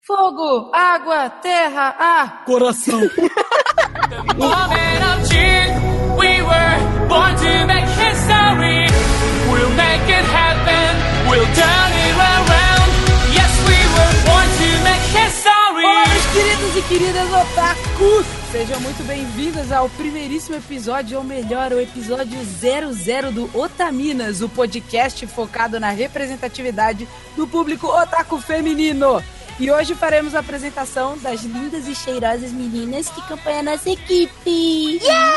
Fogo, água, terra, ar. Coração. We were born to make history. We'll make it happen. We'll turn it around. Yes, we were born to make history. Olá, meus queridos e queridas otakus! Sejam muito bem-vindos ao primeiríssimo episódio, ou melhor, o episódio 00 do Otaminas, o podcast focado na representatividade do público otaku feminino. E hoje faremos a apresentação das lindas e cheirosas meninas que compõem a nossa equipe.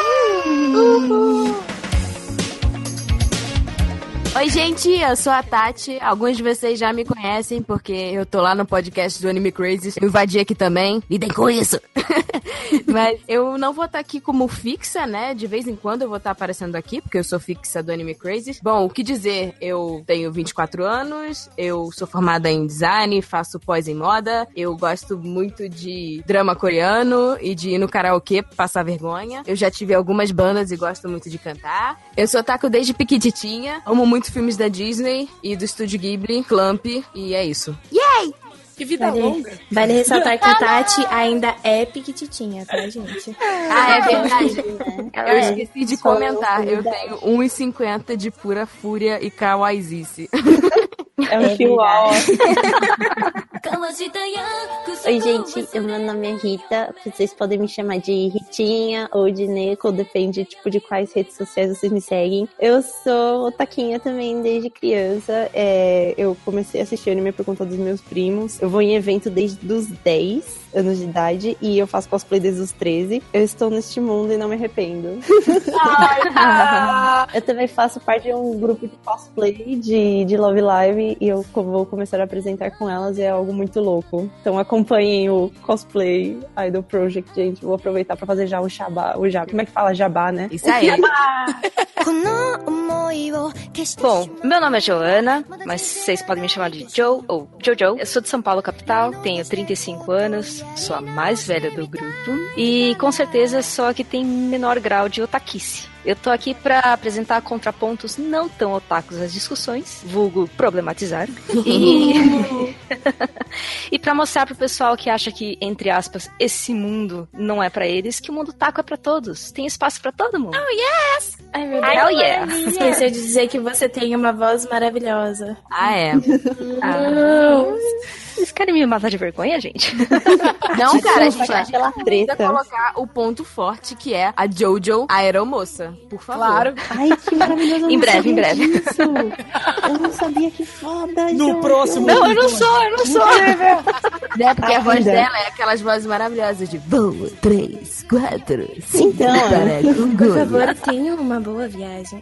Oi, gente, eu sou a Tati. Alguns de vocês já me conhecem, porque eu tô lá no podcast do Anime Crazy. Eu invadi aqui também. Lidem com isso! Mas eu não vou estar aqui como fixa, né? De vez em quando eu vou estar aparecendo aqui, porque eu sou fixa do Anime Crazy. Bom, o que dizer? Eu tenho 24 anos, eu sou formada em design, faço pós em moda, eu gosto muito de drama coreano e de ir no karaokê pra passar vergonha. Eu já tive algumas bandas e gosto muito de cantar. Eu sou otaku desde piquititinha, amo muito filmes da Disney e do Estúdio Ghibli, Clamp, e é isso. Yay! Que vida longa. Vale ressaltar que a Tati ainda é piquititinha, tá, gente? Ah, é verdade. Eu esqueci de comentar. Eu tenho 1,50 de pura fúria e kawaiizice. É um chihuahua. Oi, gente, meu nome é Rita. Vocês podem me chamar de Ritinha ou de Neko, depende tipo de quais redes sociais vocês me seguem. Eu sou otaquinha também desde criança. Eu comecei a assistir anime por conta dos meus primos. Eu vou em evento desde os 10 anos de idade e eu faço cosplay desde os 13. Eu estou neste mundo e não me arrependo. Eu também faço parte de um grupo de cosplay de Love Live e eu vou começar a apresentar com elas e é algo muito louco. Então acompanhem o Cosplay Idol Project, gente. Vou aproveitar pra fazer já o jabá. Como é que fala jabá, né? Isso aí. Bom, meu nome é Joana, mas vocês podem me chamar de Joe ou Jojo. Eu sou de São Paulo, capital, tenho 35 anos, sou a mais velha do grupo e com certeza sou a que tem menor grau de otaquice. Eu tô aqui pra apresentar contrapontos não tão otakus às discussões, vulgo problematizar, e pra mostrar pro pessoal que acha que, entre aspas, esse mundo não é pra eles, que o mundo taco é pra todos. Tem espaço pra todo mundo. Oh, yes! Ai, meu Deus. Hell yeah! Esqueceu de dizer que você tem uma voz maravilhosa. Ah, é. Vocês querem me matar de vergonha, gente? Não, cara, a gente aquela precisa treta. colocar o ponto forte, que é a Jojo, a aeromoça. Por favor. Claro. Ai, que maravilhoso. Em breve, em breve. Disso. Eu não sabia, que foda. No próximo. Não, eu não sou. Né? Porque a voz dela é aquelas vozes maravilhosas de voa, 3, 4, 5, Então, Por favor, tenha uma boa viagem.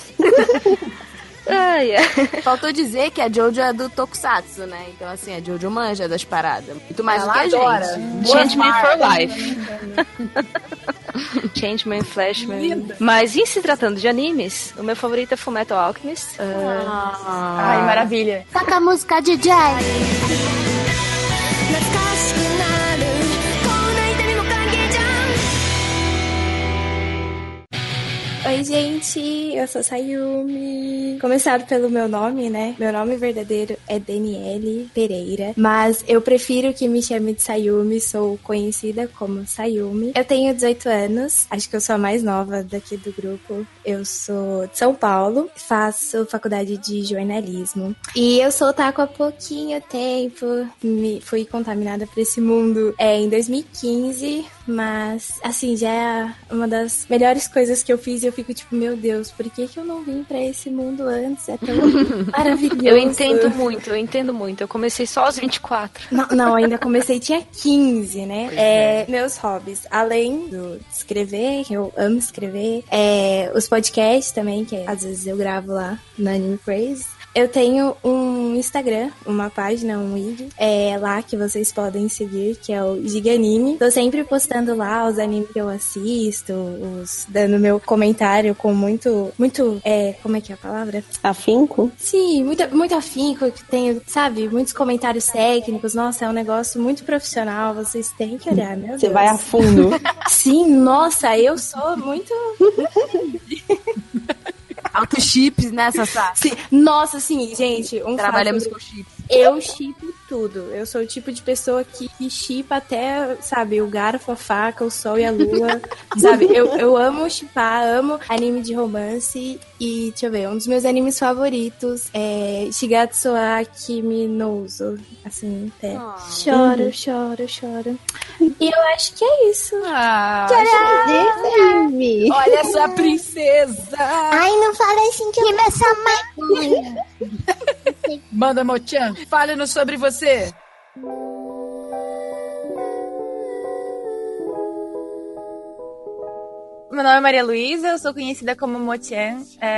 Faltou dizer que a Jojo é do Tokusatsu, né? Então, assim, a Jojo manja das paradas. Muito mais do que a adora. gente. Changeman for life. Changeman, Flashman. Mas em se tratando de animes, o meu favorito é Fullmetal Alchemist. Ai, maravilha. Toca a música, DJ! Oi, gente, eu sou Sayumi. Começado pelo meu nome, né? Meu nome verdadeiro é Daniele Pereira, mas eu prefiro que me chame de Sayumi, sou conhecida como Sayumi. Eu tenho 18 anos, acho que eu sou a mais nova daqui do grupo. Eu sou de São Paulo, faço faculdade de jornalismo. E eu sou otaku há pouquinho tempo, fui contaminada por esse mundo em 2015, mas, assim, já é uma das melhores coisas que eu fiz e eu fico tipo, meu Deus, por que eu não vim pra esse mundo antes? É tão maravilhoso. Eu entendo muito. Eu comecei só aos 24. Não, ainda comecei, tinha 15, né? Meus hobbies, além de escrever, que eu amo escrever, os podcasts também, que às vezes eu gravo lá no Anime Crazy. Eu tenho um Instagram, uma página, um IG, lá que vocês podem seguir, que é o Giganime. Tô sempre postando lá os animes que eu assisto, dando meu comentário com muito, como é que é a palavra? Afinco? Sim, muito afinco, que tenho, sabe, muitos comentários técnicos. Nossa, é um negócio muito profissional, vocês têm que olhar, meu Deus. Você vai a fundo. Sim, nossa, eu sou muito... Autochips, né, Sassá? Sim. Nossa, sim, gente. Trabalhamos com chips. Eu chipo tudo. Eu sou o tipo de pessoa que shippa até, sabe, o garfo, a faca, o sol e a lua. Sabe, eu amo shippar, amo anime de romance. E, deixa eu ver, um dos meus animes favoritos é Shigatsu wa Kimi no Uso. Assim, até. Choro. E eu acho que é isso. Anime. Olha essa princesa! Ai, não fala assim que eu nessa mãe. Manda, Mochan, fale-nos sobre você. Meu nome é Maria Luísa, eu sou conhecida como Mochan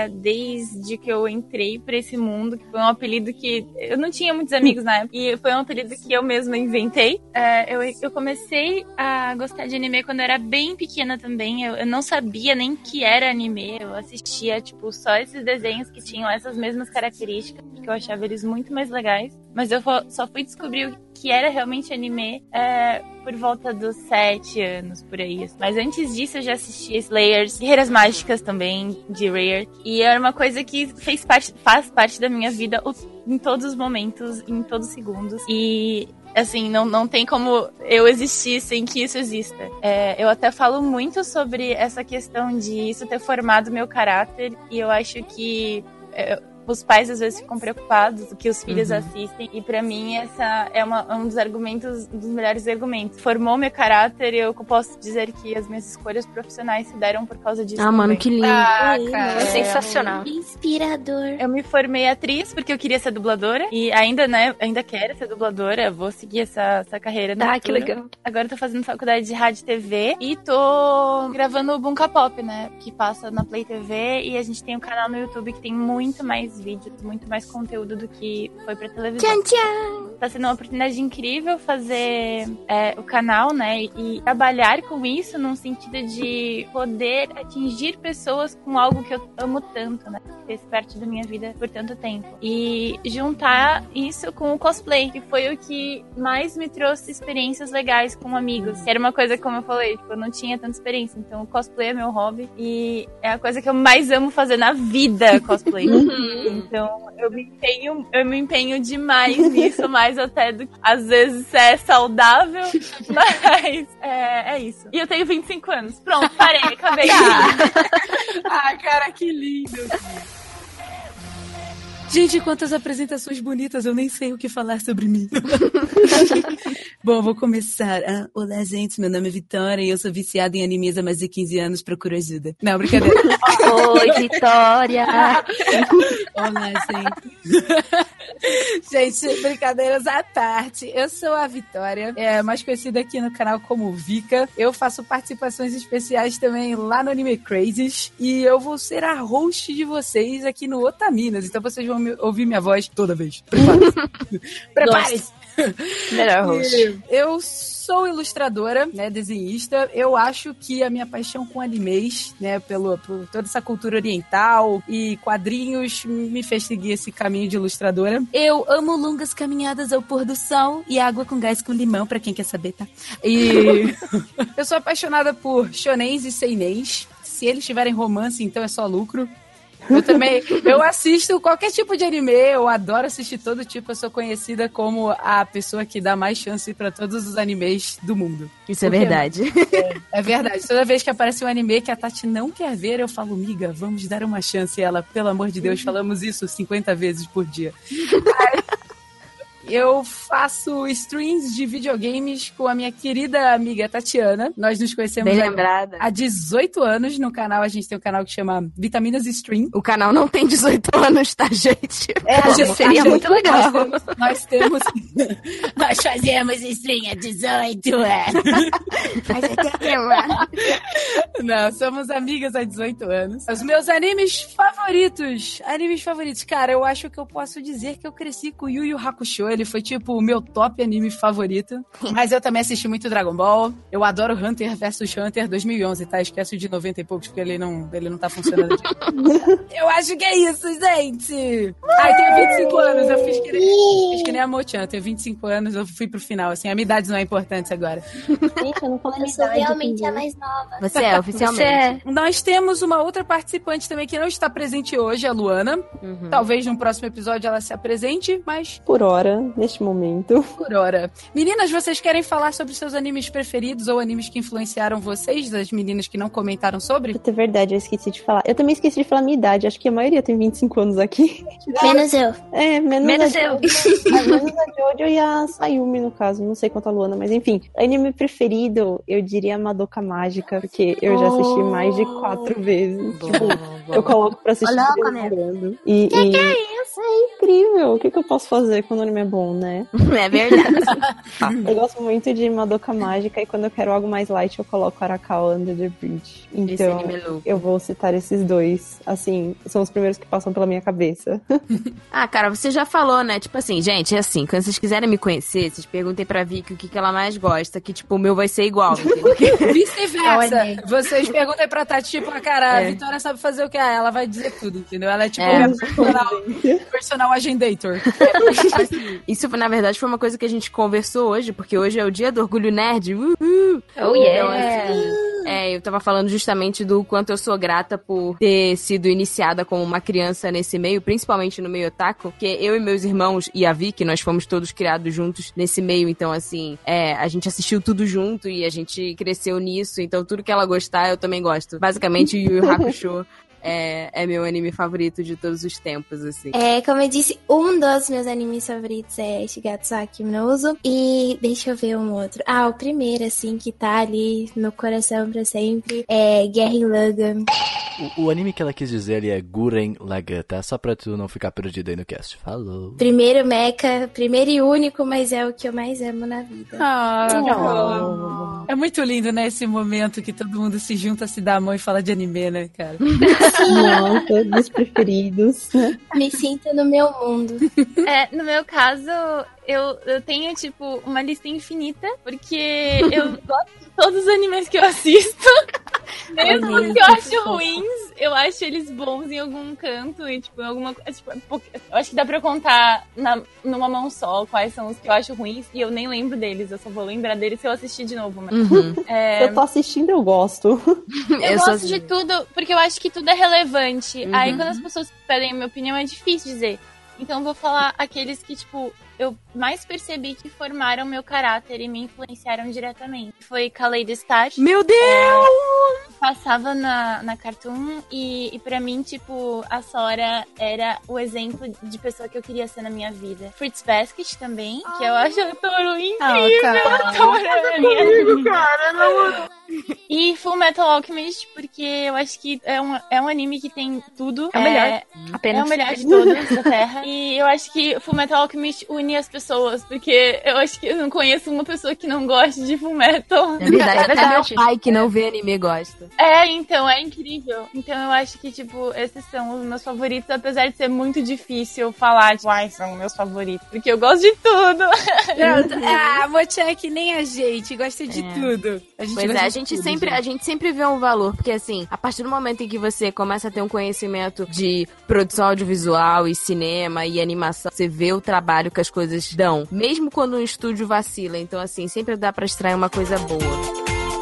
desde que eu entrei pra esse mundo, que foi um apelido que eu não tinha muitos amigos na época, e foi um apelido que eu mesma inventei. Eu comecei a gostar de anime quando eu era bem pequena também, eu não sabia nem que era anime, eu assistia, tipo, só esses desenhos que tinham essas mesmas características, porque eu achava eles muito mais legais, mas eu só fui descobrir o que era realmente anime por volta dos 7 anos, por aí. Mas antes disso eu já assistia Slayers, Guerreiras Mágicas também, de Rare. E era uma coisa que faz parte da minha vida em todos os momentos, em todos os segundos. E, assim, não tem como eu existir sem que isso exista. Eu até falo muito sobre essa questão de isso ter formado meu caráter. E eu acho que os pais às vezes ficam preocupados do que os filhos assistem, e pra mim essa é um dos argumentos, dos melhores argumentos. Formou meu caráter e eu posso dizer que as minhas escolhas profissionais se deram por causa disso. Mano, que lindo. É sensacional. Inspirador. Eu me formei atriz porque eu queria ser dubladora, e ainda quero ser dubladora, vou seguir essa carreira. Que legal. Agora eu tô fazendo faculdade de rádio e TV e tô gravando o Bunka Pop, né, que passa na Play TV, e a gente tem um canal no YouTube que tem muito mais vídeos, muito mais conteúdo do que foi pra televisão. Tchan, tchan. Tá sendo uma oportunidade incrível fazer o canal, né, e trabalhar com isso num sentido de poder atingir pessoas com algo que eu amo tanto, né, que fez parte da minha vida por tanto tempo. E juntar isso com o cosplay, que foi o que mais me trouxe experiências legais com amigos. Era uma coisa, como eu falei, tipo, eu não tinha tanta experiência, então o cosplay é meu hobby e é a coisa que eu mais amo fazer na vida, cosplay. Então, eu me empenho demais nisso, mais até do que às vezes é saudável, mas é isso. E eu tenho 25 anos. Pronto, parei, acabei. Cara, que lindo. Gente, quantas apresentações bonitas, eu nem sei o que falar sobre mim. Bom, vou começar. Olá, gente, meu nome é Vitória e eu sou viciada em animes há mais de 15 anos, procuro ajuda. Não, brincadeira. Oi, Vitória! Olá, gente. Gente, brincadeiras à parte. Eu sou a Vitória, mais conhecida aqui no canal como Vika. Eu faço participações especiais também lá no Anime Crazes e eu vou ser a host de vocês aqui no Otaminas. Então vocês vão ouvir minha voz toda vez. Prepare-se. Prepare-se. Melhor host. Eu sou ilustradora, né, desenhista. Eu acho que a minha paixão com animes, né, por toda essa cultura oriental e quadrinhos me fez seguir esse caminho de ilustradora. Eu amo longas caminhadas ao pôr do sol e água com gás com limão, pra quem quer saber, tá? E eu sou apaixonada por shonens e seinens. Se eles tiverem romance, então é só lucro. Eu assisto qualquer tipo de anime, eu adoro assistir todo tipo, eu sou conhecida como a pessoa que dá mais chance pra todos os animes do mundo. Isso é verdade. É verdade, toda vez que aparece um anime que a Tati não quer ver, eu falo, miga, vamos dar uma chance. E ela, pelo amor de Deus, falamos isso 50 vezes por dia. Eu faço streams de videogames com a minha querida amiga Tatiana. Nós nos conhecemos há 18 anos no canal. A gente tem um canal que chama Vitaminas Stream. O canal não tem 18 anos, tá, gente? Seria muito legal. Nós fazemos stream há 18 anos. Não, somos amigas há 18 anos. Os meus animes favoritos. Cara, eu acho que eu posso dizer que eu cresci com Yu Yu Hakusho. Ele foi, tipo, o meu top anime favorito. Mas eu também assisti muito Dragon Ball. Eu adoro Hunter vs Hunter 2011, tá? Esqueço de 90 e poucos, porque ele não tá funcionando. Eu acho que é isso, gente! Ai, tenho 25 anos. Eu fiz que nem a Mochan. Eu tenho 25 anos, eu fui pro final. Assim, a minha idade não é importante agora. Gente, eu não falei Eu sou realmente a mais nova. Você é, oficialmente. Nós temos uma outra participante também que não está presente hoje, a Luana. Talvez no próximo episódio ela se apresente, mas... Por hora. neste momento. Por hora. Meninas, vocês querem falar sobre seus animes preferidos ou animes que influenciaram vocês, das meninas que não comentaram sobre? Puta, é verdade, eu esqueci de falar. Eu também esqueci de falar a minha idade, acho que a maioria tem 25 anos aqui. Menos eu. Menos eu. Menos a Jojo e a Sayumi, no caso. Não sei quanto a Luana, mas enfim. Anime preferido, eu diria Madoka Mágica, porque eu já assisti mais de 4 vezes. Tipo, eu coloco pra assistir. Olha, que é isso? É incrível. O que eu posso fazer quando o anime é bom, né? É verdade. Eu gosto muito de Madoka Mágica e quando eu quero algo mais light, eu coloco Arakawa Under the Bridge. Então, eu vou citar esses dois. Assim, são os primeiros que passam pela minha cabeça. Cara, você já falou, né? Tipo assim, gente, é assim, quando vocês quiserem me conhecer, vocês perguntem pra Vicky o que ela mais gosta, que, tipo, o meu vai ser igual, entendeu? Vice-versa. Vocês perguntem pra Tati, tipo, cara, a Vitória sabe fazer o que? Ela vai dizer tudo, entendeu? Ela é tipo personal agendator. Isso, na verdade, foi uma coisa que a gente conversou hoje, porque hoje é o dia do Orgulho Nerd. Oh, yeah! Então, assim, eu tava falando justamente do quanto eu sou grata por ter sido iniciada como uma criança nesse meio, principalmente no meio otaku, porque eu e meus irmãos e a Vicky, nós fomos todos criados juntos nesse meio, então assim, a gente assistiu tudo junto e a gente cresceu nisso, então tudo que ela gostar eu também gosto. Basicamente, Yu Yu Hakusho é meu anime favorito de todos os tempos, assim. Como eu disse, um dos meus animes favoritos é Shigatsu Akimi no Uso. E deixa eu ver um outro. O primeiro, assim, que tá ali no coração pra sempre é Gurren Lagann. O anime que ela quis dizer ali é Gurren Lagann, tá? Só pra tu não ficar perdido aí no cast. Falou. Primeiro mecha, primeiro e único, mas é o que eu mais amo na vida. É muito lindo, né? Esse momento que todo mundo se junta, se dá a mão e fala de anime, né, cara? Não, todos os preferidos. Me sinto no meu mundo. No meu caso, eu tenho, tipo, uma lista infinita, porque eu gosto de todos os animes que eu assisto. Mesmo os que eu acho ruins, eu acho eles bons em algum canto e, tipo, em alguma coisa. Tipo, eu acho que dá pra contar numa mão só quais são os que eu acho ruins e eu nem lembro deles. Eu só vou lembrar deles se eu assistir de novo. Mas, eu tô assistindo, eu gosto. Eu gosto de tudo, porque eu acho que tudo é relevante. Aí quando as pessoas pedem a minha opinião, é difícil dizer. Então eu vou falar aqueles que, tipo, eu mais percebi que formaram meu caráter e me influenciaram diretamente. Foi Kaleidostat. Meu Deus! Passava na Cartoon e pra mim, tipo, a Sora era o exemplo de pessoa que eu queria ser na minha vida. Fruits Basket também, que eu acho a Toro incrível. A Toro é minha cara, E Full Metal Alchemist, porque eu acho que é um anime que tem tudo. É o melhor. Apenas. É o melhor de todos da Terra. E eu acho que Full Metal Alchemist une as pessoas, porque eu acho que eu não conheço uma pessoa que não goste de Full Metal. É verdade, até meu pai que não vê anime gosta. Então, é incrível. Então eu acho que, tipo, esses são os meus favoritos, apesar de ser muito difícil falar, tipo, são meus favoritos, porque eu gosto de tudo. Mochi é que nem a gente, gosta de tudo. A gente sempre vê um valor, porque assim, a partir do momento em que você começa a ter um conhecimento de produção audiovisual e cinema e animação, você vê o trabalho que as coisas dão, mesmo quando um estúdio vacila. Então assim, sempre dá pra extrair uma coisa boa.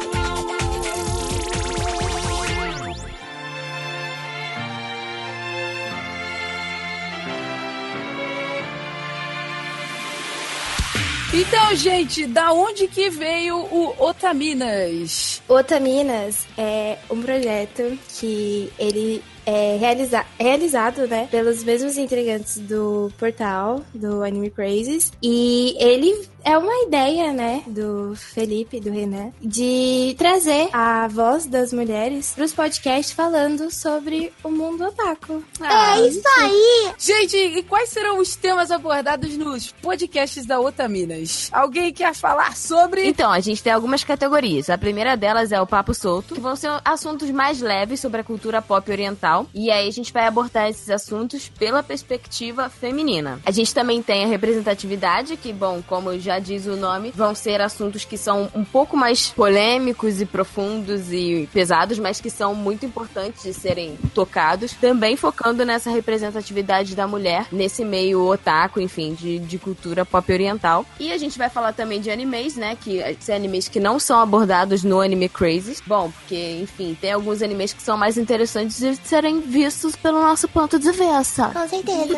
Então, gente, da onde que veio o Otaminas? Otaminas é um projeto que ele é realizado, né, pelos mesmos integrantes do portal, do Anime Crazes, e ele é uma ideia, né, do Felipe, do Renan, de trazer a voz das mulheres pros podcasts falando sobre o mundo otaku. É isso aí! Gente, e quais serão os temas abordados nos podcasts da Otaminas? Alguém quer falar sobre? Então, a gente tem algumas categorias. A primeira delas é o Papo Solto, que vão ser assuntos mais leves sobre a cultura pop oriental. E aí a gente vai abordar esses assuntos pela perspectiva feminina. A gente também tem a representatividade, que, bom, como já diz o nome, vão ser assuntos que são um pouco mais polêmicos e profundos e pesados, mas que são muito importantes de serem tocados. Também focando nessa representatividade da mulher nesse meio otaku, enfim, de cultura pop oriental. E a gente vai falar também de animes, né, que são animes que não são abordados no Anime Crazes. Bom, porque, enfim, tem alguns animes que são mais interessantes de serem serem vistos pelo nosso ponto de vista. Com certeza.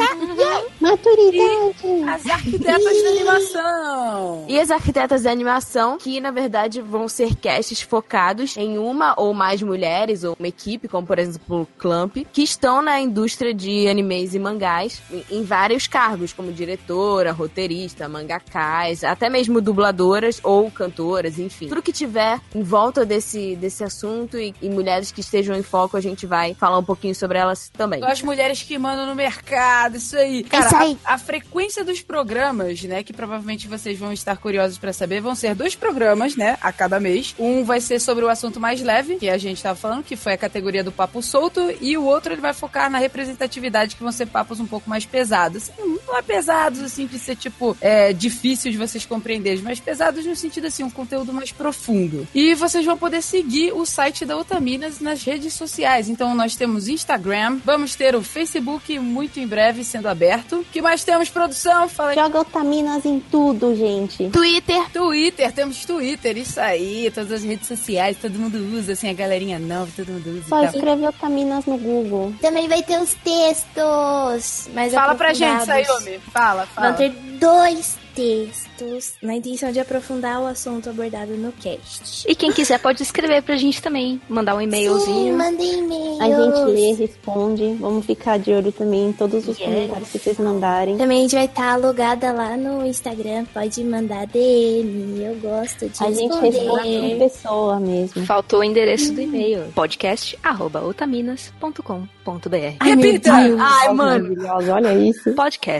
Maturidade. As arquitetas da animação. E as arquitetas da animação, que na verdade vão ser casts focados em uma ou mais mulheres, ou uma equipe, como por exemplo o Clamp, que estão na indústria de animes e mangás, em vários cargos, como diretora, roteirista, mangakás, até mesmo dubladoras ou cantoras, enfim. Tudo que tiver em volta desse assunto e mulheres que estejam em foco, a gente vai falar um pouquinho sobre elas também. As mulheres que mandam no mercado, isso aí. Cara, Isso aí. A frequência dos programas, né, que provavelmente vocês vão estar curiosos pra saber, vão ser 2 programas, né, a cada mês. Um vai ser sobre o assunto mais leve, que a gente tava falando, que foi a categoria do papo solto, e o outro ele vai focar na representatividade, que vão ser papos um pouco mais pesados. Assim, não é pesados, assim, de ser, tipo, difícil de vocês compreenderem, mas pesados no sentido, assim, um conteúdo mais profundo. E vocês vão poder seguir o site da Otaminas nas redes sociais. Então, nós temos Instagram, vamos ter o Facebook muito em breve sendo aberto. O que mais temos, produção? Fala aí. Joga Otaminas em tudo, gente. Twitter, Temos Twitter, isso aí, todas as redes sociais, todo mundo usa, assim, a galerinha nova, todo mundo usa. Só e tal. escreve Otaminas no Google. Também vai ter os textos mais Fala pra gente, aprofundados. Sayumi. Fala. Vão ter 2 textos na intenção de aprofundar o assunto abordado no cast. E quem quiser pode escrever pra gente também, mandar um Sim, e-mailzinho. mandei e-mail. A gente lê, responde. Vamos ficar de olho também em todos os comentários que vocês mandarem. Também a gente vai estar logada lá no Instagram, pode mandar DM, eu gosto de A gente responde em pessoa mesmo. Faltou o endereço do e-mail, podcast@otaminas.com.br. Repita! Ai, mano. Maravilhosa, olha isso.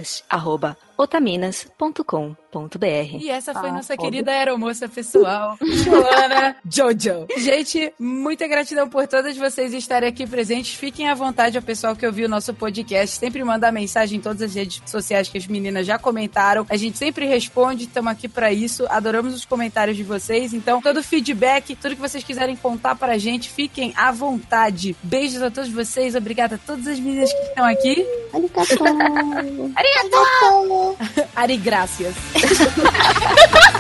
podcast@otaminas.com.br. E essa foi nossa querida aeromoça pessoal, Joana Jojo. Gente, muita gratidão por todas vocês estarem aqui presentes. Fiquem à vontade, ao pessoal que ouviu o nosso podcast. Sempre mandar mensagem em todas as redes sociais que as meninas já comentaram. A gente sempre responde, estamos aqui pra isso. Adoramos os comentários de vocês. Então, todo feedback, tudo que vocês quiserem contar pra gente, fiquem à vontade. Beijos a todos vocês. Obrigada a todas as meninas que estão aqui. Arigatou. Arigatou! Ari, graças.